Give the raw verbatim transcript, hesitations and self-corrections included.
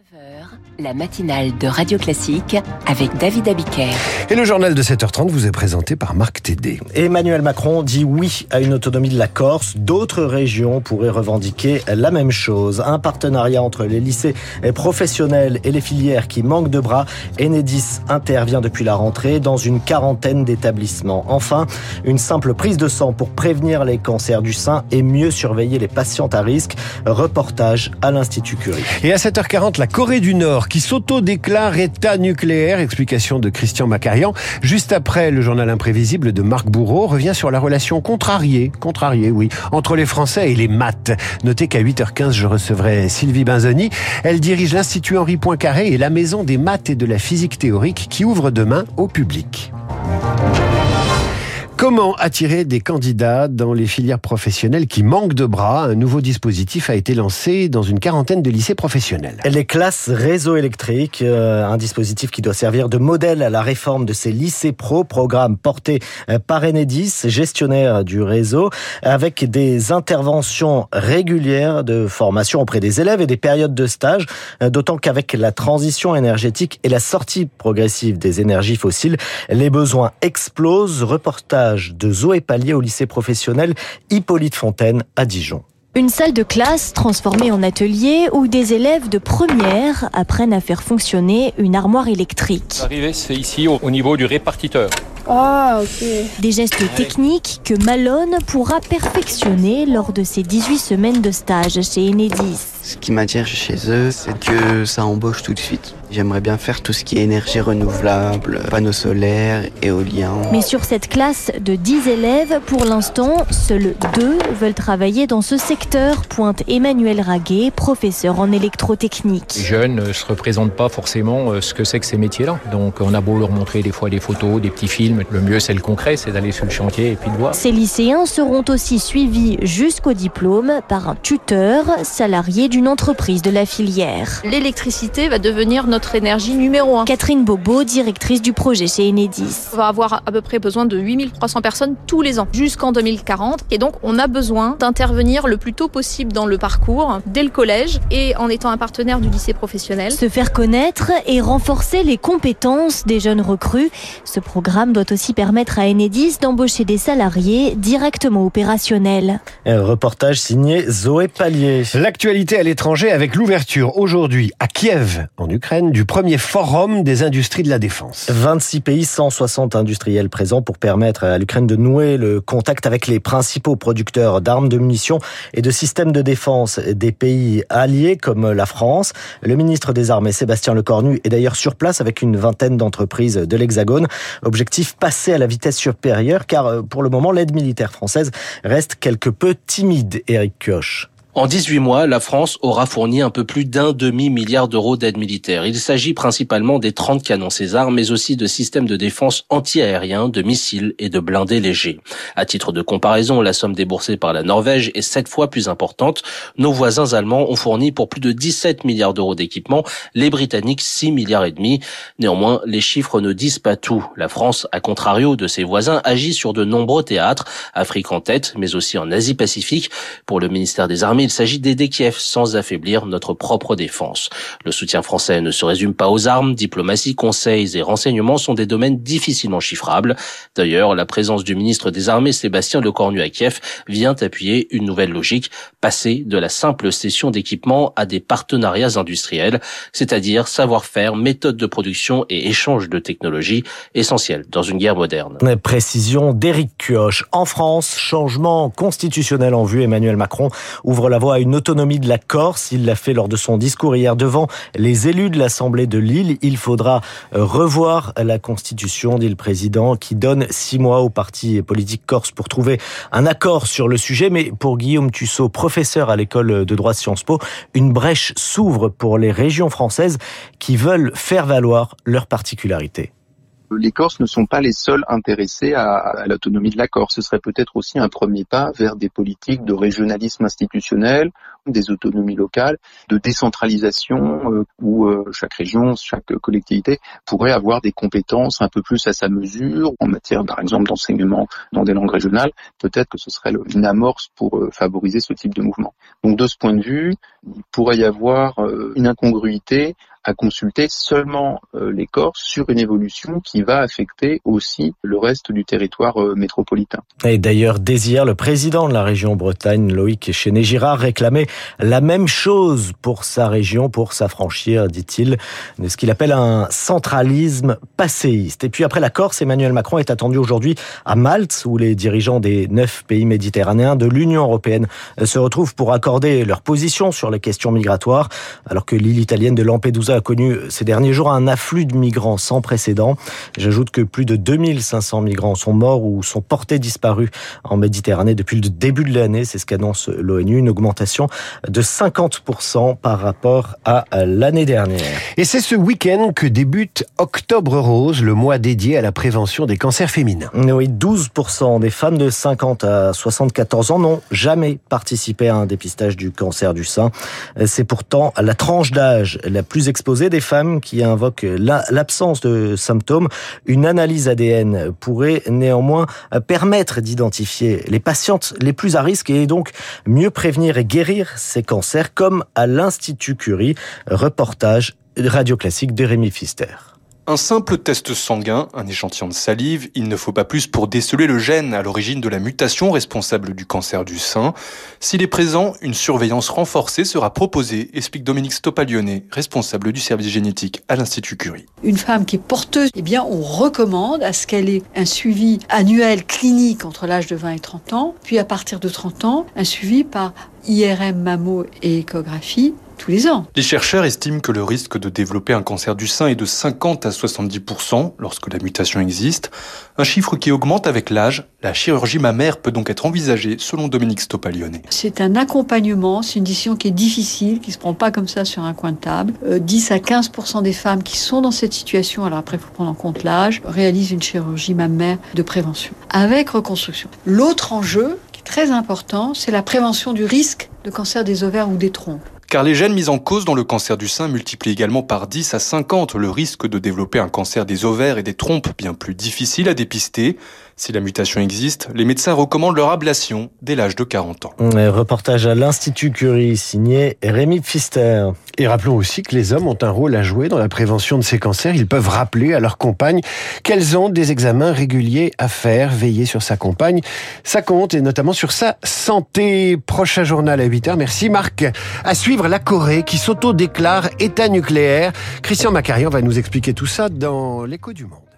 neuf heures, la matinale de Radio Classique avec David Abiker. Et le journal de sept heures trente vous est présenté par Marc Tédé. Emmanuel Macron dit oui à une autonomie de la Corse. D'autres régions pourraient revendiquer la même chose. Un partenariat entre les lycées professionnels et les filières qui manquent de bras. Enedis intervient depuis la rentrée dans une quarantaine d'établissements. Enfin, une simple prise de sang pour prévenir les cancers du sein et mieux surveiller les patientes à risque. Reportage à l'Institut Curie. Et à sept heures quarante, la Corée du Nord qui s'auto-déclare État nucléaire. Explication de Christian Macarian. Juste après, le journal imprévisible de Marc Bourreau revient sur la relation contrariée, contrariée, oui, entre les Français et les maths. Notez qu'à huit heures quinze, je recevrai Sylvie Benzoni. Elle dirige l'Institut Henri Poincaré et la Maison des maths et de la physique théorique qui ouvre demain au public. Comment attirer des candidats dans les filières professionnelles qui manquent de bras? Un nouveau dispositif a été lancé dans une quarantaine de lycées professionnels. Les classes réseau électrique, euh, un dispositif qui doit servir de modèle à la réforme de ces lycées pro, programme porté par Enedis, gestionnaire du réseau, avec des interventions régulières de formation auprès des élèves et des périodes de stage, d'autant qu'avec la transition énergétique et la sortie progressive des énergies fossiles, les besoins explosent. Reportage de Zoé Pallier au lycée professionnel Hippolyte Fontaine à Dijon. Une salle de classe transformée en atelier où des élèves de première apprennent à faire fonctionner une armoire électrique. L'arrivée, c'est ici au niveau du répartiteur. Ah, ok. Des gestes techniques que Malone pourra perfectionner lors de ses dix-huit semaines de stage chez Enedis. Ce qui m'attire chez eux, c'est que ça embauche tout de suite. J'aimerais bien faire tout ce qui est énergie renouvelable, panneaux solaires, éoliens. Mais sur cette classe de dix élèves, pour l'instant, seuls deux veulent travailler dans ce secteur, pointe Emmanuel Raguet, professeur en électrotechnique. Les jeunes ne se représentent pas forcément ce que c'est que ces métiers-là. Donc on a beau leur montrer des fois des photos, des petits films. Le mieux, c'est le concret, c'est d'aller sur le chantier et puis de voir. Ces lycéens seront aussi suivis jusqu'au diplôme par un tuteur, salarié d'une entreprise de la filière. L'électricité va devenir notre énergie numéro un. Catherine Bobo, directrice du projet chez Enedis. On va avoir à peu près besoin de huit mille trois cents personnes tous les ans, jusqu'en deux mille quarante. Et donc, on a besoin d'intervenir le plus tôt possible dans le parcours, dès le collège, et en étant un partenaire du lycée professionnel. Se faire connaître et renforcer les compétences des jeunes recrues. Ce programme doit aussi permettre à Enedis d'embaucher des salariés directement opérationnels. Un reportage signé Zoé Pallier. L'actualité à l'étranger avec l'ouverture aujourd'hui à Kiev, en Ukraine, du premier forum des industries de la défense. vingt-six pays, cent soixante industriels présents pour permettre à l'Ukraine de nouer le contact avec les principaux producteurs d'armes, de munitions et de systèmes de défense des pays alliés comme la France. Le ministre des Armées, Sébastien Lecornu, est d'ailleurs sur place avec une vingtaine d'entreprises de l'Hexagone. Objectif, passer à la vitesse supérieure, car pour le moment, l'aide militaire française reste quelque peu timide, Éric Kioch. En dix-huit mois, la France aura fourni un peu plus d'un demi-milliard d'euros d'aide militaire. Il s'agit principalement des trente canons César, mais aussi de systèmes de défense anti-aériens, de missiles et de blindés légers. À titre de comparaison, la somme déboursée par la Norvège est sept fois plus importante. Nos voisins allemands ont fourni pour plus de dix-sept milliards d'euros d'équipement, les Britanniques six milliards et demi. Néanmoins, les chiffres ne disent pas tout. La France, à contrario de ses voisins, agit sur de nombreux théâtres, Afrique en tête, mais aussi en Asie-Pacifique. Pour le ministère des Armées, il s'agit d'aider Kiev sans affaiblir notre propre défense. Le soutien français ne se résume pas aux armes. Diplomatie, conseils et renseignements sont des domaines difficilement chiffrables. D'ailleurs, la présence du ministre des Armées, Sébastien Lecornu à Kiev, vient appuyer une nouvelle logique, passer de la simple cession d'équipements à des partenariats industriels, c'est-à-dire savoir-faire, méthode de production et échange de technologies essentiels dans une guerre moderne. Précision d'Éric Kioch. En France, changement constitutionnel en vue. Emmanuel Macron ouvre la voie à une autonomie de la Corse. Il l'a fait lors de son discours hier devant les élus de l'Assemblée de Lille. Il faudra revoir la Constitution, dit le président, qui donne six mois aux partis politiques corses pour trouver un accord sur le sujet. Mais pour Guillaume Tussaud, professeur à l'école de droit Sciences Po, une brèche s'ouvre pour les régions françaises qui veulent faire valoir leurs particularités. Les Corses ne sont pas les seuls intéressés à, à l'autonomie de la Corse. Ce serait peut-être aussi un premier pas vers des politiques de régionalisme institutionnel, des autonomies locales, de décentralisation euh, où euh, chaque région, chaque collectivité pourrait avoir des compétences un peu plus à sa mesure en matière, par exemple, d'enseignement dans des langues régionales. Peut-être que ce serait une amorce pour euh, favoriser ce type de mouvement. Donc de ce point de vue, il pourrait y avoir euh, une incongruité à consulter seulement euh, les Corses sur une évolution qui va affecter aussi le reste du territoire euh, métropolitain. Et d'ailleurs, dès hier, le président de la région Bretagne, Loïc Chéné-Girard, réclamait la même chose pour sa région, pour s'affranchir, dit-il, de ce qu'il appelle un centralisme passéiste. Et puis après la Corse, Emmanuel Macron est attendu aujourd'hui à Malte, où les dirigeants des neuf pays méditerranéens de l'Union européenne se retrouvent pour accorder leur position sur les questions migratoires, alors que l'île italienne de Lampedusa a connu ces derniers jours un afflux de migrants sans précédent. J'ajoute que plus de deux mille cinq cents migrants sont morts ou sont portés disparus en Méditerranée depuis le début de l'année. C'est ce qu'annonce l'ONU, une augmentation de cinquante pour cent par rapport à l'année dernière. Et c'est ce week-end que débute Octobre Rose, le mois dédié à la prévention des cancers féminins. Oui, douze pour cent des femmes de cinquante à soixante-quatorze ans n'ont jamais participé à un dépistage du cancer du sein. C'est pourtant la tranche d'âge la plus exposée des femmes qui invoquent l'absence de symptômes. Une analyse A D N pourrait néanmoins permettre d'identifier les patientes les plus à risque et donc mieux prévenir et guérir ces cancers, comme à l'Institut Curie. Reportage Radio Classique de Rémi Pfister. Un simple test sanguin, un échantillon de salive, il ne faut pas plus pour déceler le gène à l'origine de la mutation responsable du cancer du sein. S'il est présent, une surveillance renforcée sera proposée, explique Dominique Stoppalione, responsable du service génétique à l'Institut Curie. Une femme qui est porteuse, eh bien, on recommande à ce qu'elle ait un suivi annuel clinique entre l'âge de vingt et trente ans, puis à partir de trente ans, un suivi par I R M, mammo et échographie tous les ans. Les chercheurs estiment que le risque de développer un cancer du sein est de cinquante à soixante-dix pour cent lorsque la mutation existe. Un chiffre qui augmente avec l'âge. La chirurgie mammaire peut donc être envisagée selon Dominique Stoppalione. C'est un accompagnement, c'est une décision qui est difficile, qui ne se prend pas comme ça sur un coin de table. Euh, dix à quinze pour cent des femmes qui sont dans cette situation, alors après il faut prendre en compte l'âge, réalisent une chirurgie mammaire de prévention avec reconstruction. L'autre enjeu, qui est très important, c'est la prévention du risque de cancer des ovaires ou des trompes. Car les gènes mis en cause dans le cancer du sein multiplient également par dix à cinquante le risque de développer un cancer des ovaires et des trompes bien plus difficile à dépister. Si la mutation existe, les médecins recommandent leur ablation dès l'âge de quarante ans. Reportage à l'Institut Curie, signé Rémi Pfister. Et rappelons aussi que les hommes ont un rôle à jouer dans la prévention de ces cancers. Ils peuvent rappeler à leur compagne qu'elles ont des examens réguliers à faire, veiller sur sa compagne. Ça compte, et notamment sur sa santé. Prochain journal à huit heures. Merci Marc. À suivre, la Corée qui s'auto-déclare État nucléaire. Christian Macarian va nous expliquer tout ça dans l'Écho du Monde.